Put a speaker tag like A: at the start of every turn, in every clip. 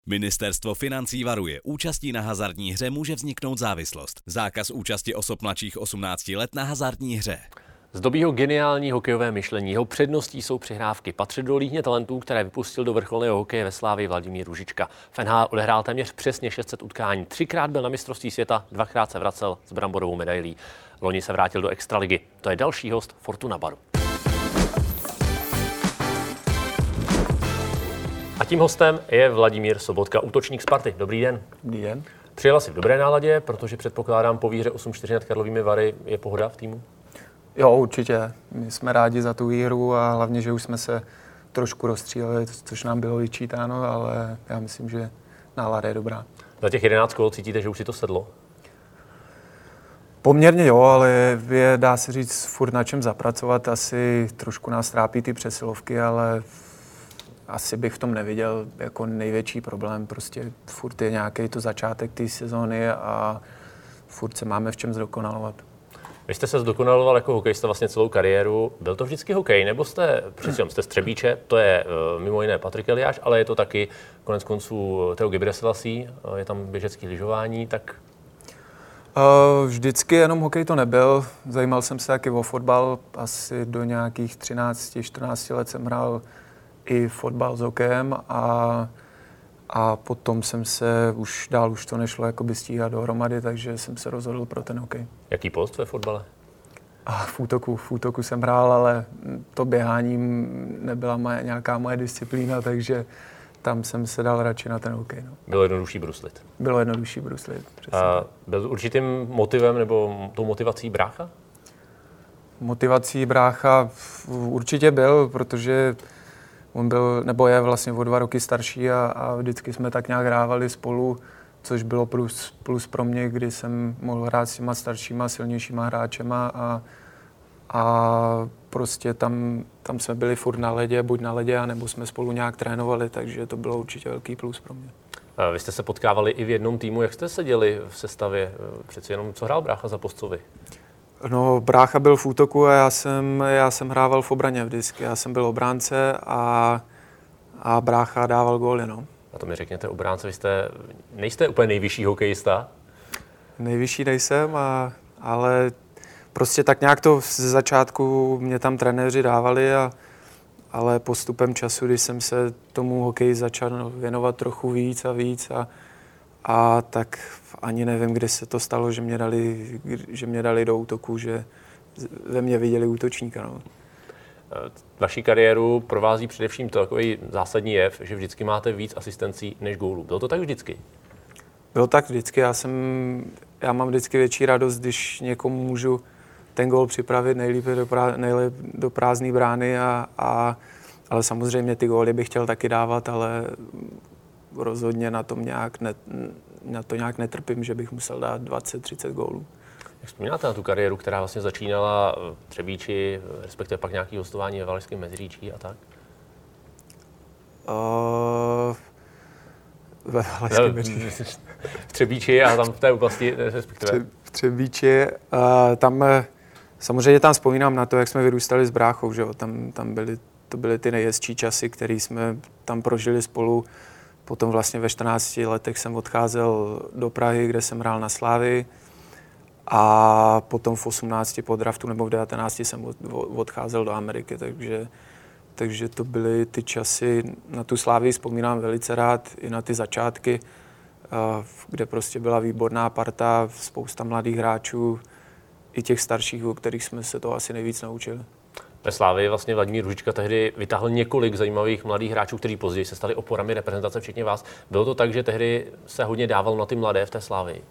A: Ministerstvo financí varuje, účastí na hazardní hře může vzniknout závislost. Zákaz účasti osob mladších 18 let na hazardní hře.
B: Zdobí ho geniální hokejové myšlení. Jeho předností jsou přihrávky. Patří do líhně talentů, které vypustil do vrcholného hokeje ve Slavii Vladimír Růžička. V NHL odehrál téměř přesně 600 utkání. 3krát byl na mistrovství světa, 2krát se vracel s bramborovou medailí. Loni se vrátil do extraligy. To je další host Fortuna Baru. A tím hostem je Vladimír Sobotka, útočník Sparty. Dobrý den.
C: Dobrý den.
B: Přijel asi v dobré náladě, protože předpokládám po výhře 8-4 nad Karlovými Vary je pohoda v týmu?
C: Jo, určitě. My jsme rádi za tu výhru a hlavně, že už jsme se trošku rozstříleli, což nám bylo vyčítáno, ale já myslím, že nálada je dobrá.
B: Za těch 11 kol cítíte, že už si to sedlo?
C: Poměrně jo, ale je, dá se říct, furt na čem zapracovat. Asi trošku nás trápí ty přesilovky, ale asi bych v tom neviděl jako největší problém. Prostě furt je nějaký to začátek té sezóny a furt se máme v čem zdokonalovat.
B: Vy jste se zdokonaloval jako hokejista vlastně celou kariéru. Byl to vždycky hokej, nebo jste z Třebíče, to je mimo jiné Patrik Eliáš, ale je to taky konec konců Teo Gebrselassie, je tam běžecký lyžování, tak...
C: Vždycky jenom hokej to nebyl. Zajímal jsem se taky o fotbal. Asi do nějakých 13-14 let jsem hrál i fotbal s hokejem a potom jsem se už to nešlo jakoby stíhat dohromady, takže jsem se rozhodl pro ten hokej.
B: Jaký post ve fotbale?
C: V útoku jsem hrál, ale to běhání nebyla nějaká moje disciplína, takže tam jsem se dal radši na ten hokej. No.
B: Bylo jednodušší bruslit?
C: Bylo jednodušší bruslit, přesně.
B: Byl určitým motivem nebo tou motivací brácha?
C: Motivací brácha určitě byl, protože on byl, nebo je vlastně o 2 roky starší a vždycky jsme tak nějak hrávali spolu, což bylo plus pro mě, kdy jsem mohl hrát s těma staršíma, silnějšíma hráčema a prostě tam jsme byli furt na ledě, buď na ledě, anebo jsme spolu nějak trénovali, takže to bylo určitě velký plus pro mě.
B: Vy jste se potkávali i v jednom týmu, jak jste seděli v sestavě? Přeci jenom, co hrál brácha za post, co vy?
C: No, brácha byl v útoku a já jsem hrával v obraně vždycky. Já jsem byl obránce a brácha dával góly, no.
B: A to mi řekněte, obránce, vy nejste úplně nejvyšší hokejista?
C: Nejvyšší nejsem, ale prostě tak nějak to ze začátku mě tam trenéři dávali, ale postupem času, když jsem se tomu hokeji začal věnovat trochu víc a tak ani nevím, kde se to stalo, že mě dali do útoku, že ve mně viděli útočníka. No.
B: Vaši kariéru provází především takový zásadní jev, že vždycky máte víc asistencí než gólů. Bylo to tak vždycky?
C: Bylo tak vždycky. Já mám vždycky větší radost, když někomu můžu ten gól připravit nejlépe do prázdné brány, ale samozřejmě ty góly bych chtěl taky dávat, ale rozhodně na to nějak netrpím, že bych musel dát 20-30 gólů.
B: Jak vzpomínáte na tu kariéru, která vlastně začínala v Třebíči, respektive pak nějaké hostování ve Valašském Meziříčí a tak?
C: Ve Valašském Meziříčí.
B: V Třebíči a tam v té oblasti, respektive?
C: V Třebíči. Samozřejmě tam vzpomínám na to, jak jsme vyrůstali s bráchou, že jo? To byly ty nejhezčí časy, které jsme tam prožili spolu. Potom vlastně ve 14 letech jsem odcházel do Prahy, kde jsem hrál na Slavii. A potom v 18 po draftu nebo v 19 jsem odcházel do Ameriky, takže to byly ty časy. Na tu Slavii vzpomínám velice rád, i na ty začátky, kde prostě byla výborná parta, spousta mladých hráčů, i těch starších, o kterých jsme se to asi nejvíc naučili.
B: Ve Slavii vlastně Vladimír Růžička tehdy vytáhl několik zajímavých mladých hráčů, kteří později se stali oporami reprezentace, včetně vás. Bylo to tak, že tehdy se hodně dávalo na ty mladé v té Slavii?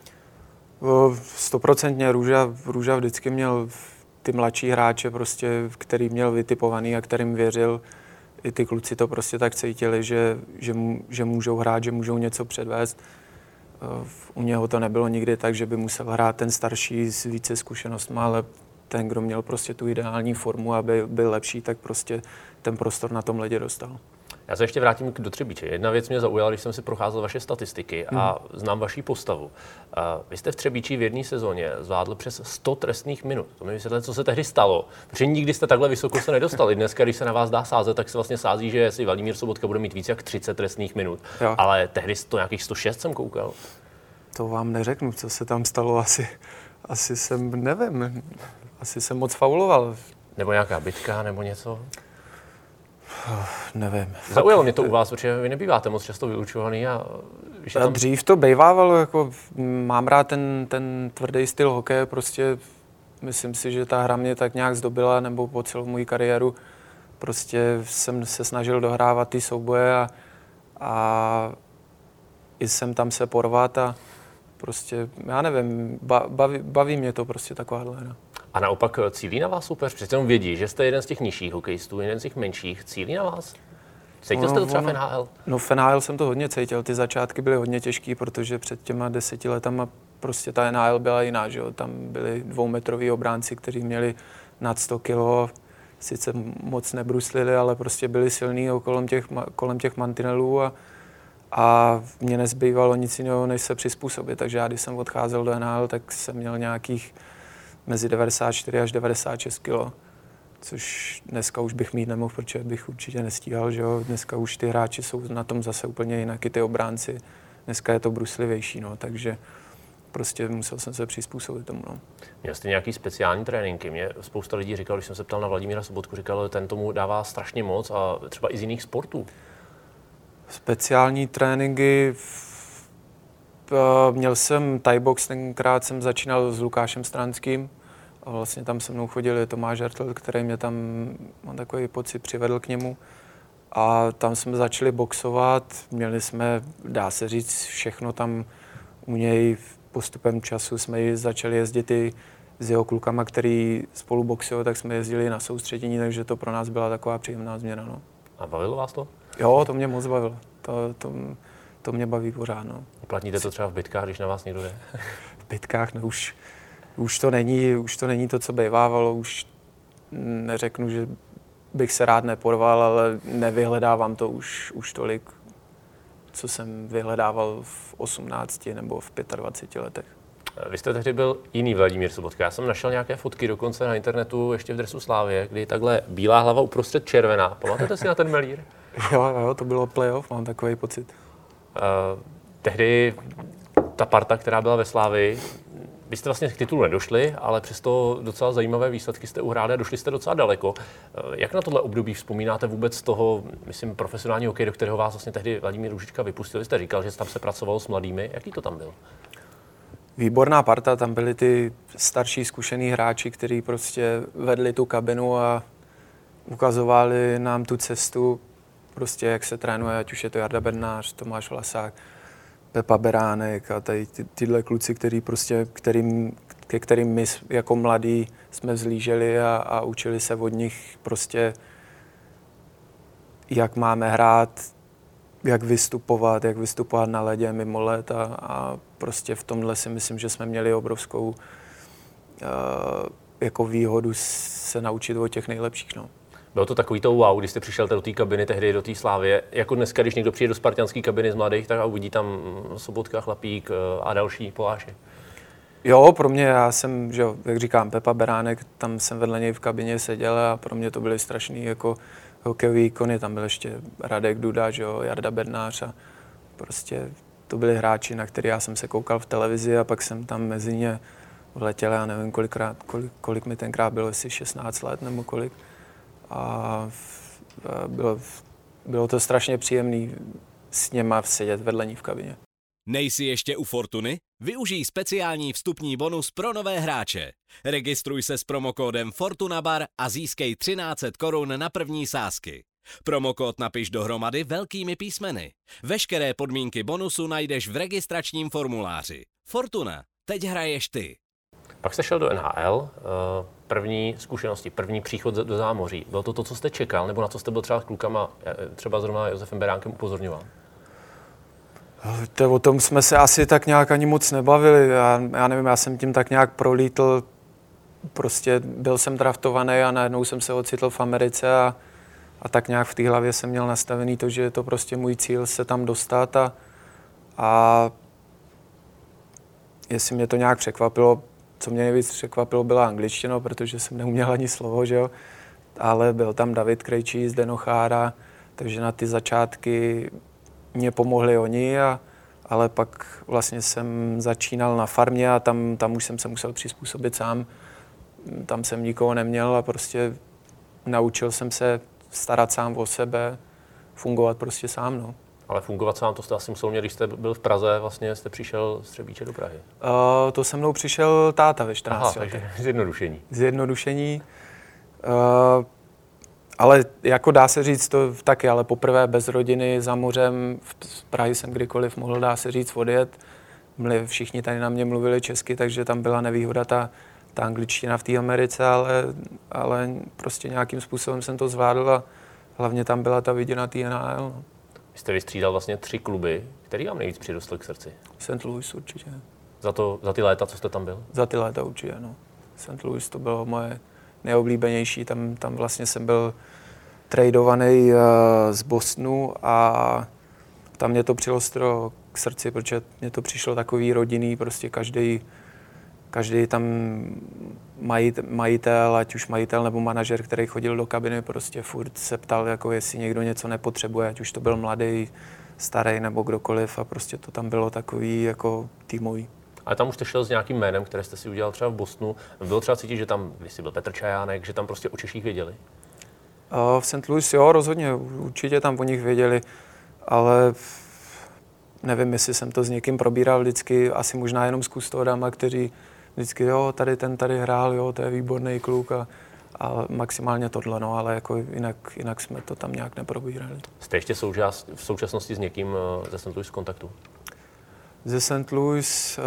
C: 100% Růža vždycky měl ty mladší hráče, prostě, který měl vytipovaný a kterým věřil. I ty kluci to prostě tak cítili, že můžou hrát, že můžou něco předvést. U něho to nebylo nikdy tak, že by musel hrát ten starší s více zkušenostmi, ale ten, kdo měl prostě tu ideální formu, aby byl lepší, tak prostě ten prostor na tom ledě dostal.
B: Já se ještě vrátím do Třebíče. Jedna věc mě zaujala, když jsem si procházel vaše statistiky a znám vaši postavu. Vy jste v Třebíči v jedné sezóně zvládl přes 100 trestných minut. To mi vysvětlete, co se tehdy stalo. Protože nikdy jste takhle vysoko se nedostali. Dneska, když se na vás dá sázet, tak se vlastně sází, že si Vladimír Sobotka bude mít víc jak 30 trestných minut. Jo. Ale tehdy to nějakých 106 jsem koukal.
C: To vám neřeknu, co se tam stalo. Asi jsem, nevím, asi jsem moc fauloval.
B: Nebo nějaká bitka, nebo něco?
C: Nevím.
B: Zaujalo mě to u vás, protože vy nebýváte moc často vyučovaný a
C: tam... Dřív to bejvávalo, jako mám rád ten tvrdý styl hokeje, prostě myslím si, že ta hra mě tak nějak zdobila, nebo po celou moji kariéru prostě jsem se snažil dohrávat ty souboje a i jsem tam se porvat a prostě, já nevím, baví mě to prostě takováhle hra.
B: A naopak cílí na vás soupeř? Přece jenom vědí, že jste jeden z těch nižších hokejistů, jeden z těch menších. Cílí na vás? Cítil jste to třeba v NHL?
C: No v NHL jsem to hodně cítil. Ty začátky byly hodně těžký, protože před těma 10 letama prostě ta NHL byla jiná, že jo? Tam byli 2metroví obránci, kteří měli nad 100 kg. Sice moc nebruslili, ale prostě byli silní kolem těch mantinelů a mě nezbývalo nic jiného, než se přizpůsobit. Takže já, když jsem odcházel do NHL, tak jsem měl nějakých mezi 94 až 96 kg, což dneska už bych mít nemohl, protože bych určitě nestíhal, že jo. Dneska už ty hráči jsou na tom zase úplně jinak, i ty obránci. Dneska je to bruslivější, no, takže prostě musel jsem se přizpůsobit tomu, no.
B: Měl jste nějaký speciální tréninky? Mě spousta lidí říkalo, když jsem se ptal na Vladimíra Sobotku, říkal, že ten tomu dává strašně moc a třeba i z jiných sportů.
C: Speciální tréninky, měl jsem Thai box, tenkrát jsem začínal s Lukášem Stranským a vlastně tam se mnou chodil Tomáš Hertl, který mě tam, mám takový pocit, přivedl k němu a tam jsme začali boxovat, měli jsme, dá se říct, všechno tam u něj. Postupem času jsme začali jezdit i s jeho klukama, který spolu boxují, tak jsme jezdili na soustředění, takže to pro nás byla taková příjemná změna, no.
B: A bavilo vás to? Jo,
C: to mě moc bavilo. To mě baví pořád, no.
B: Uplatníte to třeba v bitkách, když na vás někdo jde?
C: V bitkách, no už to není to, co bývávalo, už neřeknu, že bych se rád neporval, ale nevyhledávám to už tolik, co jsem vyhledával v 18 nebo v 25 letech.
B: Vy jste tehdy byl jiný Vladimír Sobotka. Já jsem našel nějaké fotky dokonce na internetu ještě v dresu Slávie, kdy takhle bílá hlava uprostřed červená. Pamatujete si na ten melír?
C: Jo, to bylo playoff, mám takový pocit.
B: Tehdy ta parta, která byla ve Slávii, vy jste vlastně k titulu nedošli, ale přesto docela zajímavé výsledky jste uhráli a došli jste docela daleko. Jak na tohle období vzpomínáte vůbec z toho, myslím, profesionálního hokeje, do kterého vás vlastně tehdy Vladimír Růžička vypustil? Jste říkal, že tam se pracovalo s mladými. Jaký to tam byl?
C: Výborná parta, tam byli ty starší zkušený hráči, kteří prostě vedli tu kabinu a ukazovali nám tu cestu, prostě jak se trénuje, ať už je to Jarda Bednář, Tomáš Vlasák, Pepa Beránek a tady tyhle kluci, ke kterým my jako mladí jsme vzlíželi a učili se od nich prostě, jak máme hrát, jak vystupovat na ledě mimo led a prostě v tomhle si myslím, že jsme měli obrovskou jako výhodu se naučit od těch nejlepších. No.
B: Bylo to takový to wow, když jste přišel do té kabiny tehdy, do té Slávie. Jako dneska, když někdo přijde do spartanské kabiny z mladých, tak a uvidí tam Sobotka, Chlapík a další Poláši.
C: Jo, pro mě, já jsem, že jo, jak říkám, Pepa Beránek, tam jsem vedle něj v kabině seděl a pro mě to byly strašný jako hokejový ikony, tam byl ještě Radek Duda, že jo, Jarda Bednář a prostě to byli hráči, na který já jsem se koukal v televizi a pak jsem tam mezi ně vletěl, já nevím kolik mi tenkrát bylo, jestli 16 let nebo kolik. A bylo to strašně příjemný s něma sedět vedle ní v kabině.
A: Nejsi ještě u Fortuny? Využij speciální vstupní bonus pro nové hráče. Registruj se s promokódem FortunaBar a získej 1300 korun na první sázky. Promokód napiš dohromady velkými písmeny. Veškeré podmínky bonusu najdeš v registračním formuláři. Fortuna, teď hraješ ty.
B: Pak jste šel do NHL, první zkušenosti, první příchod do zámoří. Bylo to, co jste čekal, nebo na co jste byl třeba s klukama, třeba zrovna Josefem Beránkem upozorňoval?
C: O tom jsme se asi tak nějak ani moc nebavili. Já nevím, já jsem tím tak nějak prolítl. Prostě byl jsem draftovaný a najednou jsem se ocitl v Americe a tak nějak v té hlavě jsem měl nastavený to, že je to prostě můj cíl se tam dostat a jestli mě to nějak překvapilo, co mě nejvíc překvapilo, byla angličtina, protože jsem neuměl ani slovo, že jo, ale byl tam David Krejčí, Zdeno Chára, takže na ty začátky mě pomohli oni, ale pak vlastně jsem začínal na farmě a tam už jsem se musel přizpůsobit sám. Tam jsem nikoho neměl a prostě naučil jsem se starat sám o sebe, fungovat prostě sám, no.
B: Ale fungovat sám, to jste asi musel mít, když jste byl v Praze, vlastně jste přišel z Třebíče do Prahy.
C: To se mnou přišel táta ve 14 letech.
B: Takže zjednodušení.
C: Zjednodušení. Ale jako dá se říct to taky, ale poprvé bez rodiny za mořem, z Prahy jsem kdykoliv mohl, dá se říct, odjet. Všichni tady na mě mluvili česky, takže tam byla nevýhoda ta angličtina v té Americe, ale prostě nějakým způsobem jsem to zvládl a hlavně tam byla ta viděna té NHL. No.
B: Vy jste vystřídal vlastně 3 kluby, který vám nejvíc přirostl k srdci?
C: St. Louis určitě.
B: Za ty léta, co jste tam byl?
C: Za ty léta určitě, no. St. Louis to bylo moje nejoblíbenější, tam vlastně jsem byl tradovaný z Bostonu a tam mě to přirostlo k srdci, protože mě to přišlo takový rodinný, prostě každý tam majitel, ať už majitel nebo manažer, který chodil do kabiny, prostě furt se ptal, jako jestli někdo něco nepotřebuje, ať už to byl mladý, starý nebo kdokoliv a prostě to tam bylo takový jako týmový.
B: Ale tam už jste šel s nějakým jménem, které jste si udělal třeba v Bostonu. Bylo třeba cítit, že tam, když jsi byl Petr Čajánek, že tam prostě o Češích věděli?
C: V St. Louis jo, rozhodně, určitě tam o nich věděli, ale nevím, jestli jsem to s někým probíral vždycky, asi možná jenom s kustodama, kteří vždycky, jo, ten tady hrál, jo, to je výborný kluk a maximálně tohle, no, ale jako jinak jsme to tam nějak neprobírali.
B: Jste ještě v současnosti s někým ze St. Louis v kontaktu?
C: Ze St. Louis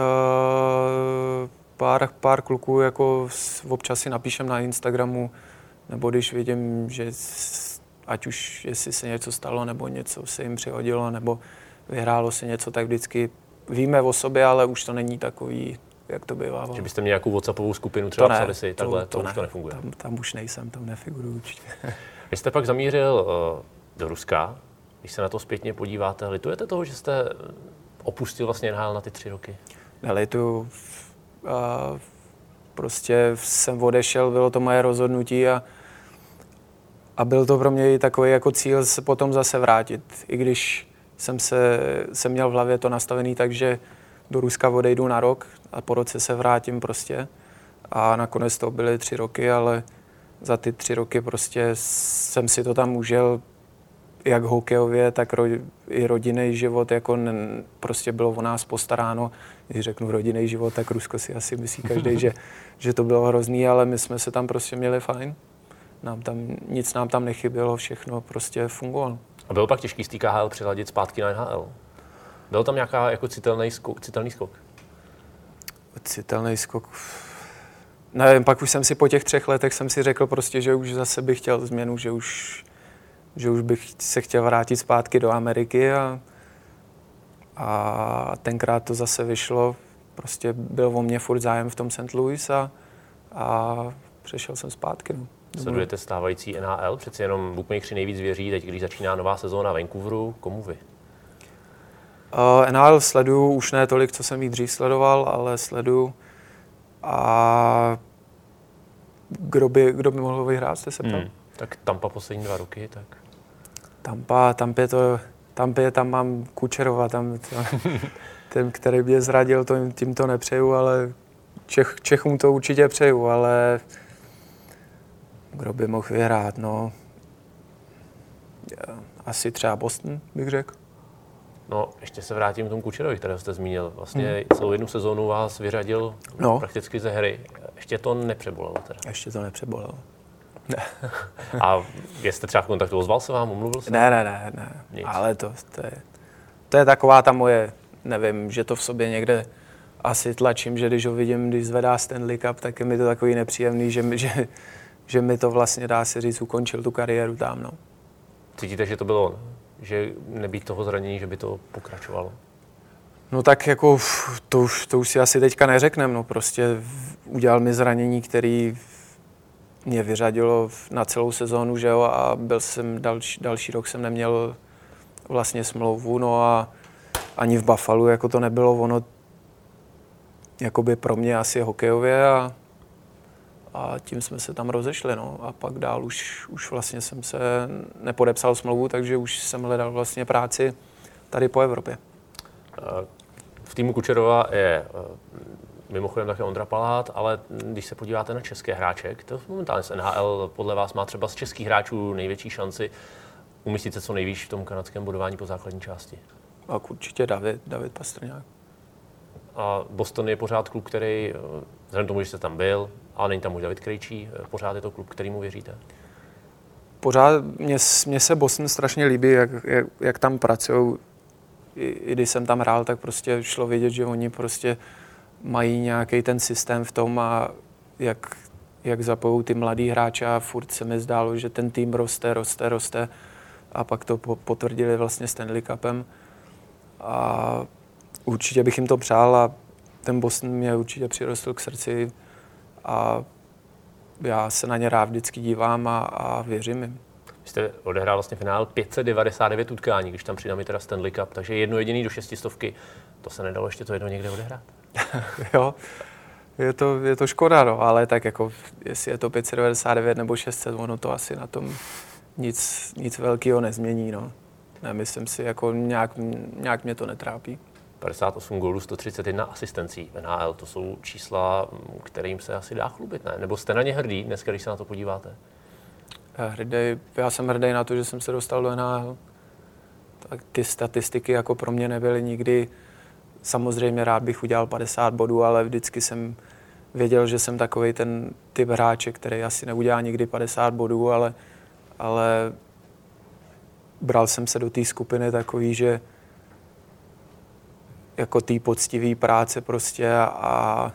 C: pár kluků, jako občas si napíšem na Instagramu, nebo když vidím, že ať už jestli se něco stalo, nebo něco se jim přihodilo, nebo vyhrálo se něco, tak vždycky víme o sobě, ale už to není takový, jak to bývalo.
B: Že byste měli nějakou WhatsAppovou skupinu, třeba psali si takhle, to už to nefunguje.
C: Tam už nejsem, tam nefiguruju určitě.
B: Vy jste pak zamířil do Ruska, když se na to zpětně podíváte, litujete toho, že jste opustil vlastně NHL na ty 3 roky?
C: Nelituju. Prostě jsem odešel, bylo to moje rozhodnutí a byl to pro mě i takový jako cíl se potom zase vrátit. I když jsem měl v hlavě to nastavený tak, že do Ruska odejdu na rok a po roce se vrátím prostě. A nakonec to byly 3 roky, ale za ty 3 roky prostě jsem si to tam užil jak hokejově, tak i rodinný život, jako prostě bylo o nás postaráno. Když řeknu rodinný život, tak Rusko si asi myslí každý, že to bylo hrozný, ale my jsme se tam prostě měli fajn. Nic nám tam nechybělo, všechno prostě fungovalo. A
B: bylo pak těžký z té KHL přiladit zpátky na NHL? Byl tam nějaká jako citelný skok?
C: Citelný skok? Nevím, pak už jsem si po těch 3 letech jsem si řekl prostě, že už zase bych chtěl změnu, že už bych se chtěl vrátit zpátky do Ameriky a tenkrát to zase vyšlo. Prostě byl o mě furt zájem v tom St. Louis a přešel jsem zpátky. No.
B: Sledujete stávající NHL? Přeci jenom bookmakeri nejvíc věří, teď když začíná nová sezóna Vancouveru, komu vy?
C: NHL sleduju, už ne tolik, co jsem jí dřív sledoval, ale sleduju. A kdo by mohl vyhrát, jste se ptal?
B: Tak Tampa poslední 2 roky, tak...
C: Tam mám Kučerova, ten, který mě zradil, tím to nepřeju, ale Čechům to určitě přeju, ale kdo by mohl vyhrát, no... Asi třeba Boston, bych řekl.
B: No, ještě se vrátím k tomu Kučerovi, kterého jste zmínil. Vlastně celou jednu sezónu vás vyřadil prakticky ze hry. Ještě to nepřebolelo teda.
C: Ještě to nepřebolelo. Ne.
B: A jste třeba v kontaktu, ozval se vám, omluvil se?
C: Ne. Nic. Ale to je taková ta moje, nevím, že to v sobě někde asi tlačím, že když ho vidím, když zvedá Stanley Cup, tak je mi to takový nepříjemný, že mi to vlastně, dá se říct, ukončil tu kariéru tam, no.
B: Cítíte, že to bylo, že nebýt toho zranění, že by to pokračovalo?
C: No tak jako to už si asi teďka neřeknem, no prostě udělal mi zranění, který mě vyřadilo na celou sezónu, že jo, a byl jsem další rok jsem neměl vlastně smlouvu, no a ani v Buffalu jako to nebylo ono jakoby pro mě asi hokejově a tím jsme se tam rozešli, no. A pak dál už vlastně jsem se nepodepsal smlouvu, takže už jsem hledal vlastně práci tady po Evropě.
B: V týmu Kučerova je mimochodem také Ondra Palát, ale když se podíváte na české hráče, to momentálně z NHL podle vás má třeba z českých hráčů největší šanci umístit se co nejvíc v tom kanadském bodování po základní části?
C: A určitě David Pastrňák.
B: A Boston je pořád klub, který, vzhledem tomu, že jste tam byl, ale není tam už David Krejčí, pořád je to klub, kterýmu věříte?
C: Pořád mně se Boston strašně líbí, jak tam pracují. I když jsem tam hrál, tak prostě šlo vidět, že oni prostě mají nějaký ten systém v tom a jak zapojou ty mladý hráče a furt se mi zdálo, že ten tým roste a pak to potvrdili vlastně Stanley Cupem. A určitě bych jim to přál a ten Boston mě určitě přirostl k srdci a já se na ně rád vždycky dívám a věřím jim.
B: Vy jste odehrál vlastně finál 599 utkání, když tam přidáme teda Stanley Cup, takže jedno jediný do 600, to se nedalo ještě to jedno někde odehrát?
C: Jo, je to škoda, no, ale tak jako, jestli je to 599 nebo 600, ono to asi na tom nic velkého nezmění, no. Nemyslím si, jako nějak mě to netrápí.
B: 58 gólů, 131 asistencí v NHL, to jsou čísla, kterým se asi dá chlubit, ne? Nebo jste na ně hrdý dneska, když se na to podíváte?
C: Já jsem hrdý na to, že jsem se dostal do NHL. Tak ty statistiky jako pro mě nebyly nikdy. Samozřejmě rád bych udělal 50 bodů, ale vždycky jsem věděl, že jsem takovej ten typ hráče, který asi neudělá nikdy 50 bodů, ale bral jsem se do té skupiny takový, že jako té poctivý práce prostě a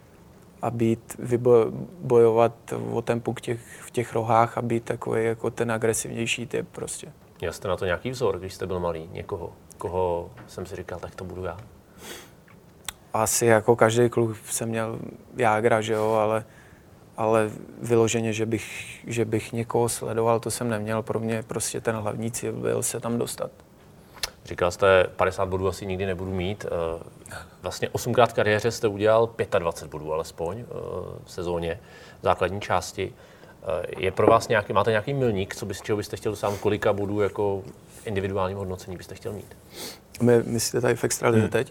C: bojovat o tempu v těch rohách a být takový jako ten agresivnější typ prostě.
B: Měl jste na to nějaký vzor, když jste byl malý? Někoho, koho jsem si říkal, tak to budu já?
C: Asi jako každý kluk jsem měl Jágra, že jo, ale vyloženě, že bych někoho sledoval, to jsem neměl. Pro mě prostě ten hlavní cíl byl se tam dostat.
B: Říkal jste, 50 bodů asi nikdy nebudu mít. Vlastně 8krát v kariéře jste udělal 25 bodů alespoň v sezóně v základní části. Je pro vás máte nějaký milník, čeho byste chtěl dosáhnout, kolika bodů jako individuálním hodnocení byste chtěl mít?
C: Myslíte tady v extralize teď?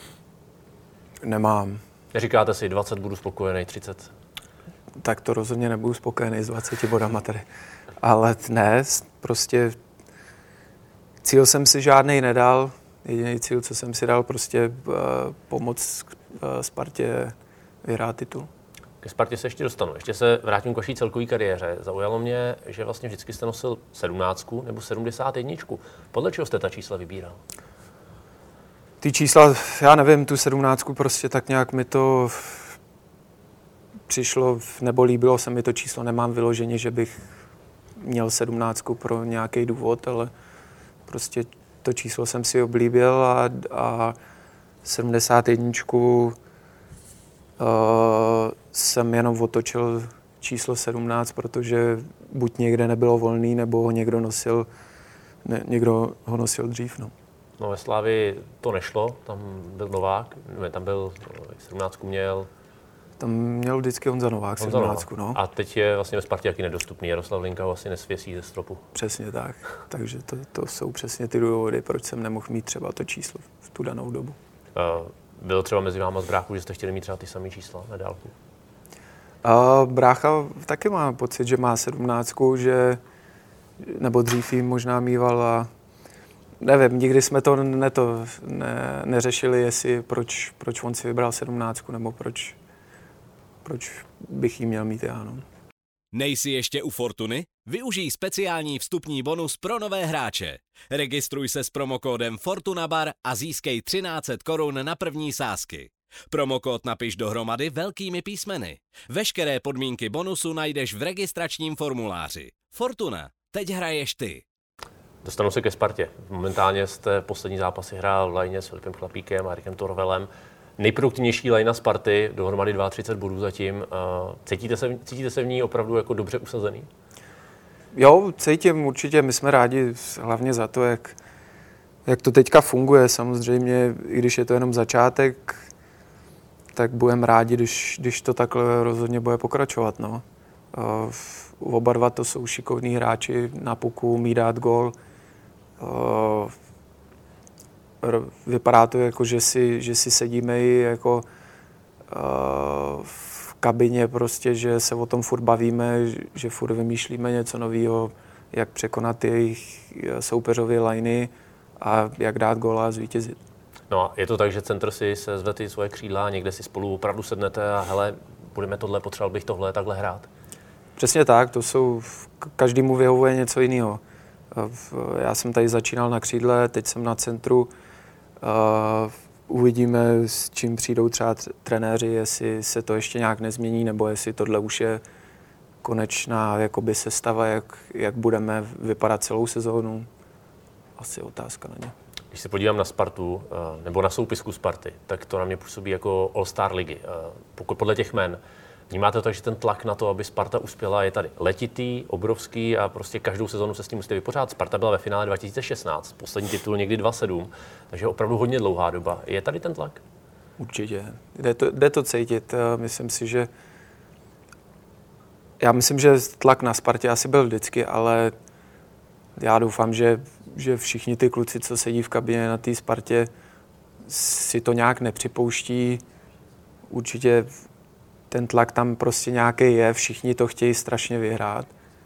C: Nemám.
B: Neříkáte si 20 budu spokojený, 30?
C: Tak to rozhodně nebudu spokojený s 20 bodama tady. Ale ne, prostě cíl jsem si žádnej nedal. Jediný cíl, co jsem si dal, prostě pomoct Spartě vyhrát titul.
B: Ke Spartě se ještě dostanu. Ještě se vrátím k vaší celkové kariéře. Zaujalo mě, že vlastně vždycky jste nosil 17 nebo 71. Podle čeho jste ta čísla vybíral?
C: Ty čísla, já nevím, tu 17 prostě tak nějak mi to přišlo, nebo líbilo se mi to číslo. Nemám vyloženě, že bych měl 17 pro nějaký důvod, ale prostě to číslo jsem si oblíbil a 71 jsem jenom otočil číslo 17, protože buď někde nebylo volný, nebo ho někdo ho nosil dřív.
B: No ve Slávii to nešlo, tam byl Novák, tam byl 17 měl.
C: Tam měl vždycky Honza Novák 17. No.
B: A teď je vlastně ve Spartě taky nedostupný. Jaroslav Linka ho asi nesvěsí ze stropu.
C: Přesně tak. Takže to jsou přesně ty důvody, proč jsem nemohl mít třeba to číslo v tu danou dobu.
B: Bylo třeba mezi váma z bráchů, že jste chtěli mít třeba ty samé čísla na dálku?
C: Brácha taky má pocit, že má 17, nebo dřív jim možná mýval a nevím, nikdy jsme to neřešili, jestli proč on si vybral 17, nebo proč bych jí měl mít já. No.
A: Nejsi ještě u Fortuny? Využij speciální vstupní bonus pro nové hráče. Registruj se s promokódem FortunaBar a získej 1300 korun na první sázky. Promokód napiš dohromady velkými písmeny. Veškeré podmínky bonusu najdeš v registračním formuláři. Fortuna, teď hraješ ty.
B: Dostanu se ke Spartě. Momentálně jste poslední zápasy hrál v lajně s Filipem Chlapíkem a Erikem Torvelem. nejproduktivnější linea Sparty, dohromady 32 bodů zatím. Cítíte se v ní opravdu jako dobře usazený?
C: Jo, cítím určitě. My jsme rádi hlavně za to, jak to teďka funguje. Samozřejmě, i když je to jenom začátek, tak budeme rádi, když to takhle rozhodně bude pokračovat. No. Oba dva to jsou šikovní hráči, na puku umí dát gól. Vypadá to jako, že si sedíme i jako v kabině prostě, že se o tom furt bavíme, že furt vymýšlíme něco nového, jak překonat jejich soupeřové liny a jak dát góla a zvítězit.
B: No a je to tak, že centr si se zvedne svoje křídla a někde si spolu opravdu sednete a hele, budeme tohle, potřeboval bych tohle takhle hrát?
C: Přesně tak, to jsou, každému vyhovuje něco jiného. Já jsem tady začínal na křídle, teď jsem na centru. Uvidíme, s čím přijdou třeba trenéři, jestli se to ještě nějak nezmění, nebo jestli tohle už je konečná jakoby sestava, jak budeme vypadat celou sezónu. Asi otázka na ně.
B: Když se podívám na Spartu, nebo na soupisku Sparty, tak to na mě působí jako All-Star ligy. Pokud podle těch jmen, vnímáte to tak, že ten tlak na to, aby Sparta uspěla, je tady letitý, obrovský a prostě každou sezonu se s tím musíte vypořádat. Sparta byla ve finále 2016, poslední titul někdy 2007, takže opravdu hodně dlouhá doba. Je tady ten tlak?
C: Určitě. Jde to cítit. Já myslím, že tlak na Spartě asi byl vždycky, ale já doufám, že všichni ty kluci, co sedí v kabině na té Spartě, si to nějak nepřipouští. Určitě ten tlak tam prostě nějaký je, všichni to chtějí strašně vyhrát.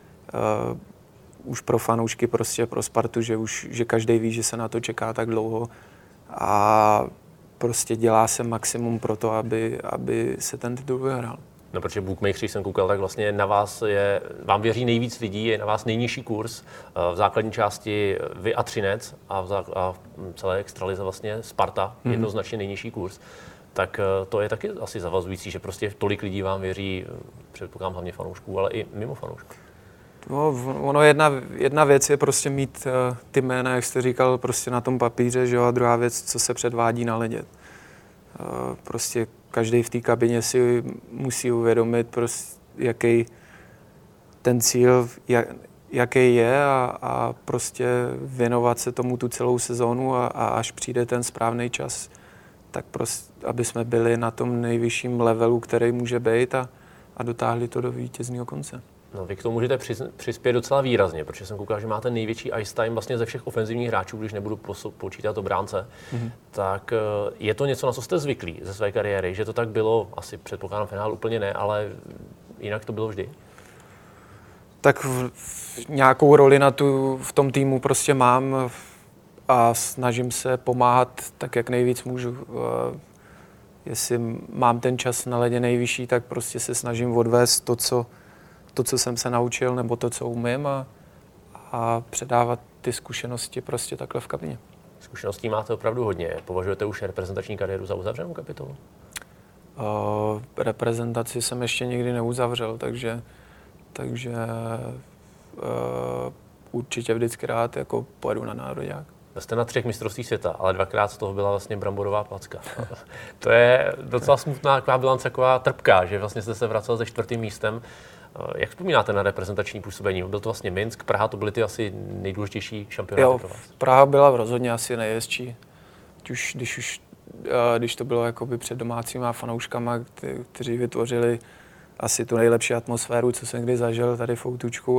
C: Už pro fanoušky, prostě pro Spartu, že každý ví, že se na to čeká tak dlouho a prostě dělá se maximum pro to, aby se ten titul vyhrál.
B: No, protože bookmakeri jsem koukal, tak vlastně na vás vám věří nejvíc lidí, je na vás nejnižší kurz. V základní části vy a Třinec a v celé extralize vlastně Sparta, jednoznačně nejnižší kurz. Tak to je taky asi zavazující, že prostě tolik lidí vám věří, předpokládám hlavně fanoušků, ale i mimo fanoušků.
C: No, ono jedna věc je prostě mít ty jména, jak jste říkal, prostě na tom papíře, že jo, a druhá věc, co se předvádí na ledě. Prostě každý v té kabině si musí uvědomit, prostě, jaký ten cíl, jaký je a prostě věnovat se tomu tu celou sezónu a až přijde ten správný čas, tak prostě, aby jsme byli na tom nejvyšším levelu, který může být a dotáhli to do vítězného konce.
B: No, vy k tomu můžete přispět docela výrazně, protože jsem koukal, že máte největší ice time vlastně ze všech ofenzivních hráčů, když nebudu počítat obránce. Tak je to něco, na co jste zvyklí ze své kariéry, že to tak bylo, asi předpokládám finál úplně ne, ale jinak to bylo vždy?
C: Tak nějakou roli v tom týmu prostě mám a snažím se pomáhat tak, jak nejvíc můžu. Jestli mám ten čas na ledě nejvyšší, tak prostě se snažím odvést to, co jsem se naučil, nebo to, co umím a předávat ty zkušenosti prostě takhle v kabině.
B: Zkušeností máte opravdu hodně. Považujete už reprezentační kariéru za uzavřenou kapitolu?
C: Reprezentaci jsem ještě nikdy neuzavřel, takže určitě vždycky rád jako pojedu na nároďák.
B: Jste na 3 mistrovství světa, ale 2krát z toho byla vlastně bramborová placka. To je docela smutná taková bilance, taková trpká, že vlastně jste se vracel se 4. místem. Jak vzpomínáte na reprezentační působení? Byl to vlastně Minsk, Praha, to byly ty asi nejdůležitější šampionáty pro vás?
C: Praha byla rozhodně asi nejhezčí. Když to bylo jakoby před domácíma fanouškama, kteří vytvořili asi tu nejlepší atmosféru, co jsem kdy zažil tady v Outučku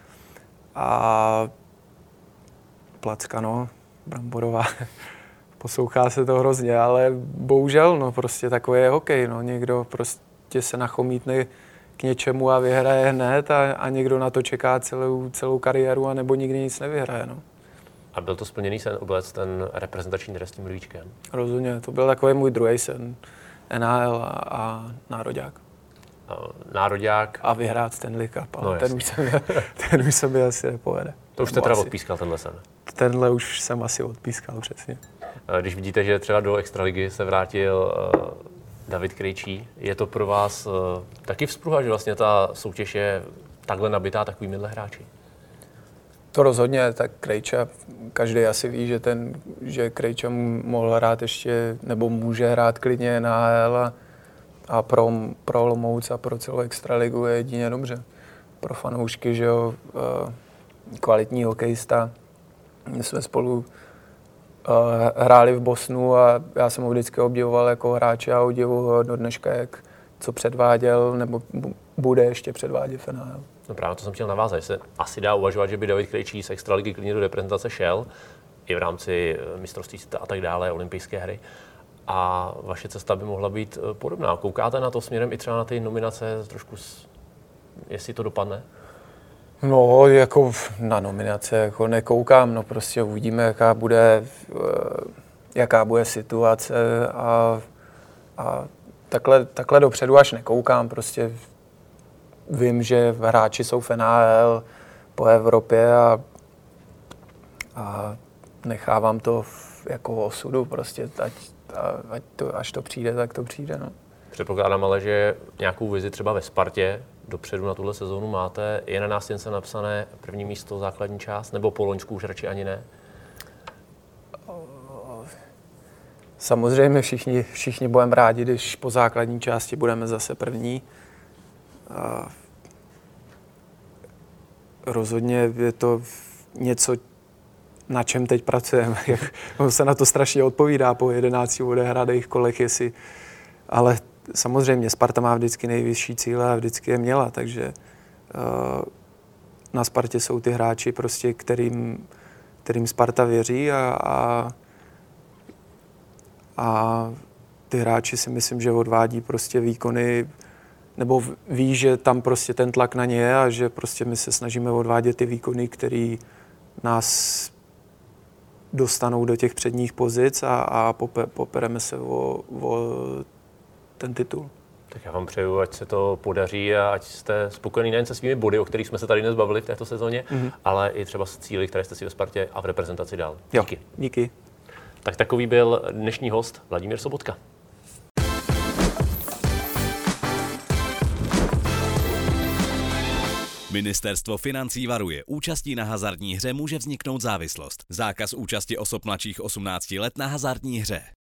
C: a placka, no, bramborová. Poslouchá se to hrozně, ale bohužel, no, prostě takový je hokej, no, někdo prostě se nachomítne k něčemu a vyhraje hned a někdo na to čeká celou kariéru a nebo nikdy nic nevyhraje, no.
B: A byl to splněný sen oblec ten reprezentační dres s tím lvíčkem?
C: Rozhodně, to byl takový můj druhý sen, NHL a nároďák.
B: Nároďák.
C: A vyhrát Stanley Cup, ale
B: no,
C: ten už se mi asi nepovede.
B: To už jste teda odpískal tenhle sen?
C: Tenhle už jsem asi odpískal, přesně.
B: Když vidíte, že třeba do extraligy se vrátil David Krejčí, je to pro vás taky vzpruha, že vlastně ta soutěž je takhle nabitá takovými hráči?
C: To rozhodně, tak Krejča, každý asi ví, že Krejča mohl hrát ještě, nebo může hrát klidně na AHL a pro Olomouc a pro celou extraligu je jedině dobře. Pro fanoušky, že jo, kvalitní hokejista. My jsme spolu hráli v Bosnu a já jsem ho vždycky obdivoval jako hráče a obdivuji ho do dneška, co předváděl, nebo bude ještě předvádět v NHL.
B: No právě to jsem chtěl navázat, se asi dá uvažovat, že by David Krejčí z extraligy klidně do reprezentace šel, i v rámci mistrovství světa a tak dále, olympijské hry. A vaše cesta by mohla být podobná. Koukáte na to směrem i třeba na ty nominace trošku, jestli to dopadne?
C: No, jako na nominace jako nekoukám, no prostě uvidíme, jaká bude situace a takhle dopředu až nekoukám, prostě vím, že hráči jsou v NHL po Evropě a nechávám to jako osudu, prostě až to přijde, tak to přijde, no.
B: Předpokládám ale, že nějakou vizi třeba ve Spartě dopředu na tuhle sezónu máte. Je na nástěnce napsané první místo, základní část, nebo po loňsku už radši ani ne?
C: Samozřejmě všichni budeme rádi, když po základní části budeme zase první. Rozhodně je to něco, na čem teď pracujeme. Se na to strašně odpovídá po 11 odehraných kolech, ale samozřejmě Sparta má vždycky nejvyšší cíle a vždycky je měla, takže na Spartě jsou ty hráči, prostě, kterým Sparta věří a ty hráči si myslím, že odvádí prostě výkony, nebo ví, že tam prostě ten tlak na ně je a že prostě my se snažíme odvádět ty výkony, který nás dostanou do těch předních pozic a popereme se o ten titul.
B: Tak já vám přeju, ať se to podaří a ať jste spokojení nejen se svými body, o kterých jsme se tady dnes bavili v této sezóně, ale i třeba s cíli, které jste si ve Spartě a v reprezentaci dal. Díky.
C: Jo, díky.
B: Tak takový byl dnešní host Vladimír Sobotka.
A: Ministerstvo financí varuje, účastí na hazardní hře může vzniknout závislost. Zákaz účasti osob mladších 18 let na hazardní hře.